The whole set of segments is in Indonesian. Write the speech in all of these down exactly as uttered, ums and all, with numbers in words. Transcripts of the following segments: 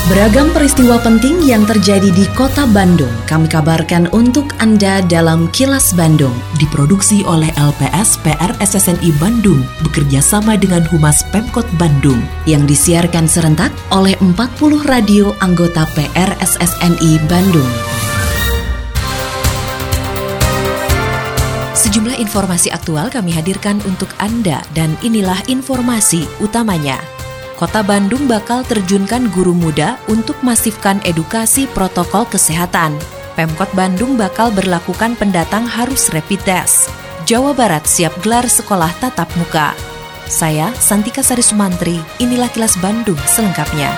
Beragam peristiwa penting yang terjadi di Kota Bandung kami kabarkan untuk Anda dalam Kilas Bandung. Diproduksi oleh L P S P R S S N I Bandung bekerja sama dengan Humas Pemkot Bandung yang disiarkan serentak oleh empat puluh radio anggota P R S S N I Bandung. Sejumlah informasi aktual kami hadirkan untuk Anda dan inilah informasi utamanya. Kota Bandung bakal terjunkan guru muda untuk masifkan edukasi protokol kesehatan. Pemkot Bandung bakal berlakukan pendatang harus rapid test. Jawa Barat siap gelar sekolah tatap muka. Saya Santika Sari Sumantri, inilah Kilas Bandung selengkapnya.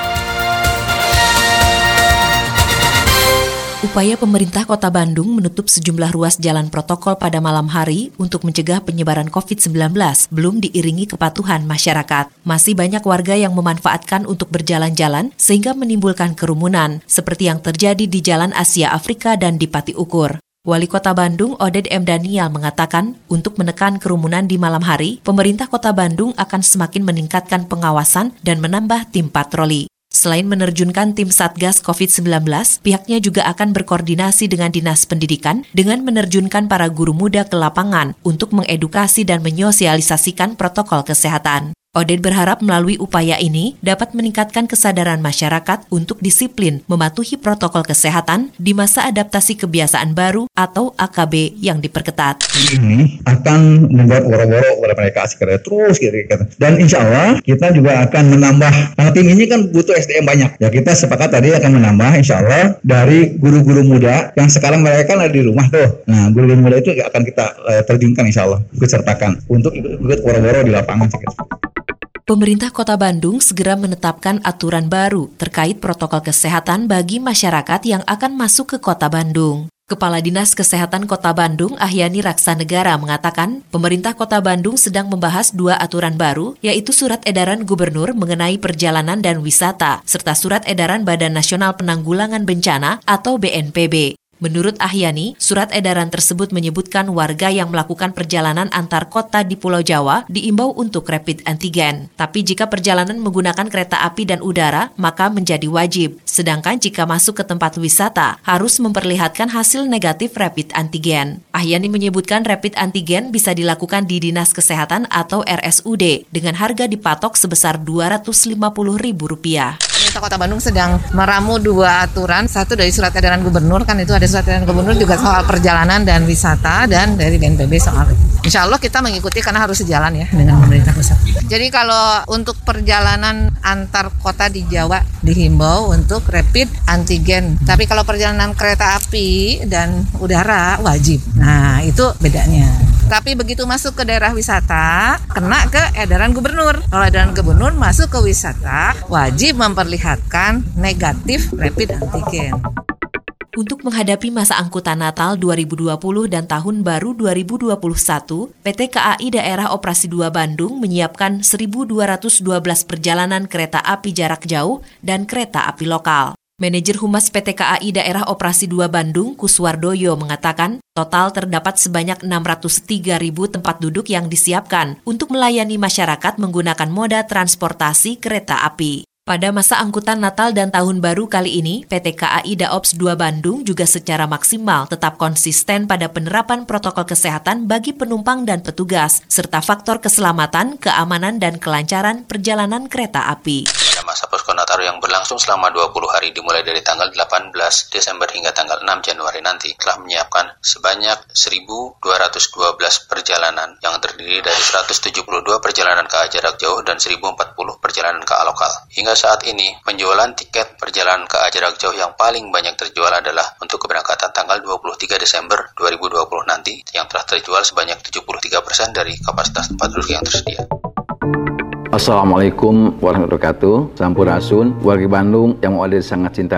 Upaya pemerintah Kota Bandung menutup sejumlah ruas jalan protokol pada malam hari untuk mencegah penyebaran covid sembilan belas belum diiringi kepatuhan masyarakat. Masih banyak warga yang memanfaatkan untuk berjalan-jalan sehingga menimbulkan kerumunan, seperti yang terjadi di Jalan Asia Afrika dan di Pati Ukur. Wali Kota Bandung, Oded M. Daniel, mengatakan untuk menekan kerumunan di malam hari, pemerintah Kota Bandung akan semakin meningkatkan pengawasan dan menambah tim patroli. Selain menerjunkan tim Satgas covid sembilan belas, pihaknya juga akan berkoordinasi dengan Dinas Pendidikan dengan menerjunkan para guru muda ke lapangan untuk mengedukasi dan menyosialisasikan protokol kesehatan. Oded berharap melalui upaya ini dapat meningkatkan kesadaran masyarakat untuk disiplin mematuhi protokol kesehatan di masa adaptasi kebiasaan baru atau A K B yang diperketat. Ini akan membuat woro-woro kepada mereka segera terus gitu, gitu. Dan insya Allah kita juga akan menambah, karena tim ini kan butuh S D M banyak. Ya kita sepakat tadi akan menambah insya Allah dari guru-guru muda yang sekarang mereka kan ada di rumah tuh. Nah guru-guru muda itu akan kita uh, terjunkan insya Allah, ikut sertakan untuk ikut woro-woro di lapangan. Gitu. Pemerintah Kota Bandung segera menetapkan aturan baru terkait protokol kesehatan bagi masyarakat yang akan masuk ke Kota Bandung. Kepala Dinas Kesehatan Kota Bandung, Ahyani Raksanegara, mengatakan pemerintah Kota Bandung sedang membahas dua aturan baru, yaitu Surat Edaran Gubernur mengenai perjalanan dan wisata, serta Surat Edaran Badan Nasional Penanggulangan Bencana atau B N P B. Menurut Ahyani, surat edaran tersebut menyebutkan warga yang melakukan perjalanan antar kota di Pulau Jawa diimbau untuk rapid antigen. Tapi jika perjalanan menggunakan kereta api dan udara, maka menjadi wajib. Sedangkan jika masuk ke tempat wisata, harus memperlihatkan hasil negatif rapid antigen. Ahyani menyebutkan rapid antigen bisa dilakukan di Dinas Kesehatan atau R S U D dengan harga dipatok sebesar dua ratus lima puluh ribu rupiah. Pemerintah Kota Bandung sedang meramu dua aturan, satu dari Surat Edaran Gubernur, kan itu ada Surat Edaran Gubernur juga soal perjalanan dan wisata, dan dari B N P B soal. Insya Allah kita mengikuti karena harus sejalan ya dengan pemerintah pusat. Jadi kalau untuk perjalanan antar kota di Jawa dihimbau untuk rapid antigen, tapi kalau perjalanan kereta api dan udara wajib. Nah itu bedanya. Tapi begitu masuk ke daerah wisata, kena ke edaran gubernur. Kalau edaran gubernur masuk ke wisata, wajib memperlihatkan negatif rapid antigen. Untuk menghadapi masa angkutan Natal dua ribu dua puluh dan Tahun Baru dua ribu dua puluh satu, P T K A I Daerah Operasi dua Bandung menyiapkan seribu dua ratus dua belas perjalanan kereta api jarak jauh dan kereta api lokal. Manajer Humas P T K A I Daerah Operasi dua Bandung, Kuswardoyo, mengatakan total terdapat sebanyak enam ratus tiga ribu tempat duduk yang disiapkan untuk melayani masyarakat menggunakan moda transportasi kereta api. Pada masa angkutan Natal dan Tahun Baru kali ini, P T K A I Daops dua Bandung juga secara maksimal tetap konsisten pada penerapan protokol kesehatan bagi penumpang dan petugas, serta faktor keselamatan, keamanan, dan kelancaran perjalanan kereta api. Masa Posko Nataru yang berlangsung selama dua puluh hari dimulai dari tanggal delapan belas Desember hingga tanggal enam Januari nanti telah menyiapkan sebanyak seribu dua ratus dua belas perjalanan yang terdiri dari seratus tujuh puluh dua perjalanan K A jarak jauh dan seribu empat puluh perjalanan K A lokal. Hingga saat ini, penjualan tiket perjalanan K A jarak jauh yang paling banyak terjual adalah untuk keberangkatan tanggal dua puluh tiga Desember dua ribu dua puluh nanti yang telah terjual sebanyak tujuh puluh tiga persen dari kapasitas tempat duduk yang tersedia. Assalamualaikum warahmatullahi wabarakatuh. Sampurasun, warga Bandung yang mau ada sangat cintai.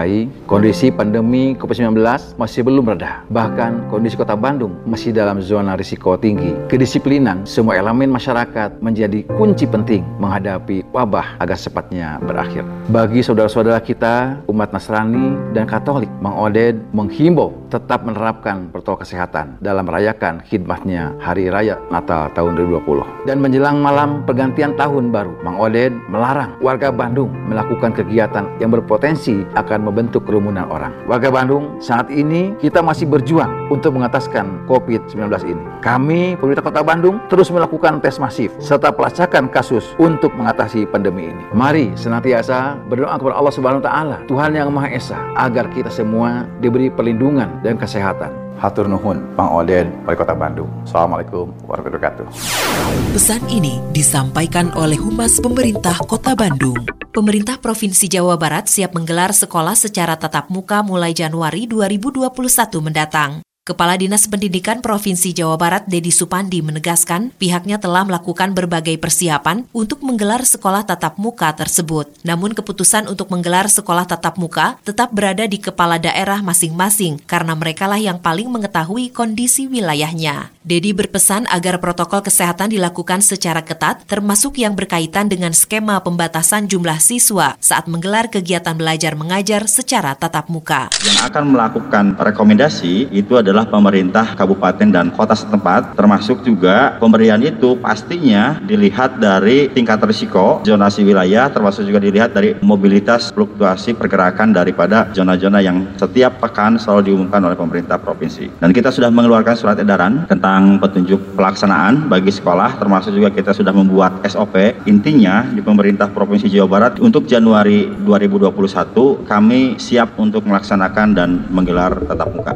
Kondisi pandemi covid sembilan belas masih belum reda. Bahkan kondisi Kota Bandung masih dalam zona risiko tinggi. Kedisiplinan semua elemen masyarakat menjadi kunci penting menghadapi wabah agar cepatnya berakhir. Bagi saudara-saudara kita, umat Nasrani dan Katolik, Mang Oded menghimbau tetap menerapkan protokol kesehatan dalam merayakan khidmatnya Hari Raya Natal tahun dua ribu dua puluh. Dan menjelang malam pergantian tahun baru, Mang Oded melarang warga Bandung melakukan kegiatan yang berpotensi akan membentuk kerumunan orang. Warga Bandung, saat ini kita masih berjuang untuk mengataskan covid sembilan belas ini. Kami, pemerintah Kota Bandung, terus melakukan tes masif serta pelacakan kasus untuk mengatasi pandemi ini. Mari senantiasa berdoa kepada Allah Subhanahu wa taala, Tuhan yang Maha Esa, agar kita semua diberi perlindungan dan kesehatan. Hatur nuhun, Mang Oded, Wali Kota Bandung. Assalamualaikum warahmatullahi wabarakatuh. Pesan ini disampaikan oleh Humas Pemerintah Kota Bandung. Pemerintah Provinsi Jawa Barat siap menggelar sekolah secara tatap muka mulai Januari dua ribu dua puluh satu mendatang. Kepala Dinas Pendidikan Provinsi Jawa Barat, Dedi Supandi, menegaskan pihaknya telah melakukan berbagai persiapan untuk menggelar sekolah tatap muka tersebut. Namun keputusan untuk menggelar sekolah tatap muka tetap berada di kepala daerah masing-masing karena merekalah yang paling mengetahui kondisi wilayahnya. Dedi berpesan agar protokol kesehatan dilakukan secara ketat, termasuk yang berkaitan dengan skema pembatasan jumlah siswa saat menggelar kegiatan belajar mengajar secara tatap muka. Yang akan melakukan rekomendasi itu adalah pemerintah kabupaten dan kota setempat, termasuk juga pemberian itu pastinya dilihat dari tingkat risiko, zonasi wilayah, termasuk juga dilihat dari mobilitas fluktuasi pergerakan daripada zona-zona yang setiap pekan selalu diumumkan oleh pemerintah provinsi. Dan kita sudah mengeluarkan surat edaran tentang petunjuk pelaksanaan bagi sekolah, termasuk juga kita sudah membuat S O P. Intinya di pemerintah Provinsi Jawa Barat untuk Januari dua ribu dua puluh satu kami siap untuk melaksanakan dan menggelar tatap muka.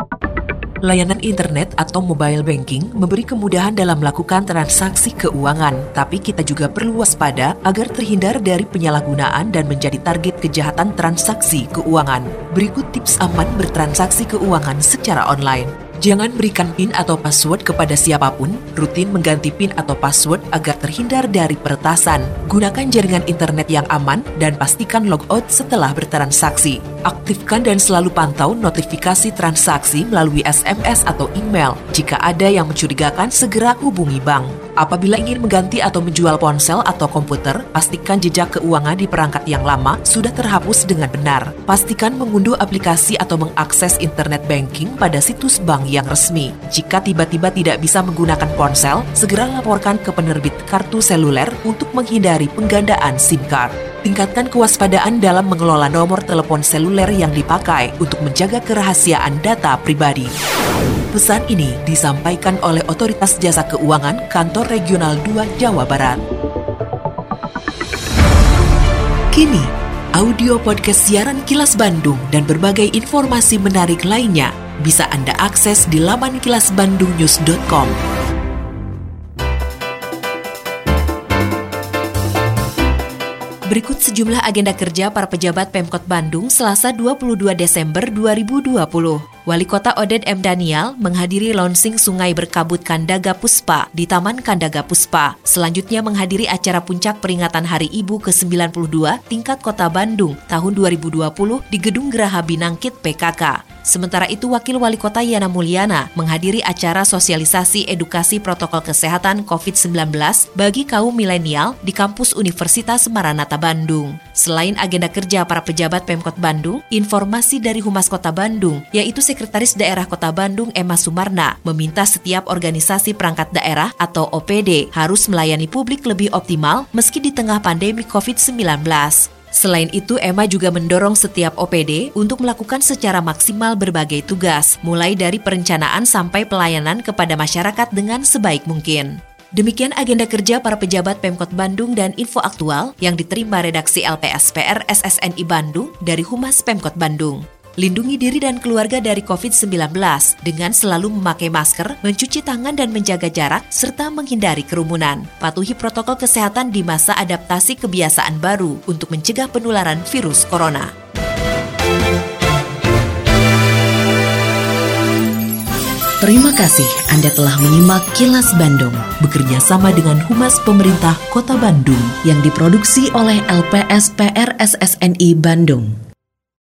Layanan internet atau mobile banking memberi kemudahan dalam melakukan transaksi keuangan, tapi kita juga perlu waspada agar terhindar dari penyalahgunaan dan menjadi target kejahatan transaksi keuangan. Berikut tips aman bertransaksi keuangan secara online. Jangan berikan PIN atau password kepada siapapun, rutin mengganti PIN atau password agar terhindar dari peretasan. Gunakan jaringan internet yang aman dan pastikan logout setelah bertransaksi. Aktifkan dan selalu pantau notifikasi transaksi melalui S M S atau email. Jika ada yang mencurigakan, segera hubungi bank. Apabila ingin mengganti atau menjual ponsel atau komputer, pastikan jejak keuangan di perangkat yang lama sudah terhapus dengan benar. Pastikan mengunduh aplikasi atau mengakses internet banking pada situs bank yang resmi. Jika tiba-tiba tidak bisa menggunakan ponsel, segera laporkan ke penerbit kartu seluler untuk menghindari penggandaan SIM card. Tingkatkan kewaspadaan dalam mengelola nomor telepon seluler yang dipakai untuk menjaga kerahasiaan data pribadi. Pesan ini disampaikan oleh Otoritas Jasa Keuangan Kantor Regional dua Jawa Barat. Kini, audio podcast siaran Kilas Bandung dan berbagai informasi menarik lainnya bisa Anda akses di laman kilas bandung news dot com. Berikut sejumlah agenda kerja para pejabat Pemkot Bandung Selasa dua puluh dua Desember dua ribu dua puluh. Wali Kota Oded M. Daniel menghadiri launching Sungai Berkabut Kandaga Puspa di Taman Kandaga Puspa. Selanjutnya menghadiri acara puncak peringatan Hari Ibu ke sembilan puluh dua tingkat Kota Bandung tahun dua ribu dua puluh di Gedung Geraha Binangkit P K K. Sementara itu, Wakil Wali Kota Yana Mulyana menghadiri acara sosialisasi edukasi protokol kesehatan covid sembilan belas bagi kaum milenial di kampus Universitas Maranatha Bandung. Selain agenda kerja para pejabat Pemkot Bandung, informasi dari Humas Kota Bandung, yaitu Sekretaris Daerah Kota Bandung Emma Sumarna, meminta setiap organisasi perangkat daerah atau O P D harus melayani publik lebih optimal meski di tengah pandemi covid sembilan belas. Selain itu, Emma juga mendorong setiap O P D untuk melakukan secara maksimal berbagai tugas, mulai dari perencanaan sampai pelayanan kepada masyarakat dengan sebaik mungkin. Demikian agenda kerja para pejabat Pemkot Bandung dan info aktual yang diterima redaksi L P S P R S S N I Bandung dari Humas Pemkot Bandung. Lindungi diri dan keluarga dari covid sembilan belas dengan selalu memakai masker, mencuci tangan dan menjaga jarak, serta menghindari kerumunan. Patuhi protokol kesehatan di masa adaptasi kebiasaan baru untuk mencegah penularan virus corona. Terima kasih Anda telah menyimak Kilas Bandung, bekerja sama dengan Humas Pemerintah Kota Bandung yang diproduksi oleh L P S P R S S N I Bandung.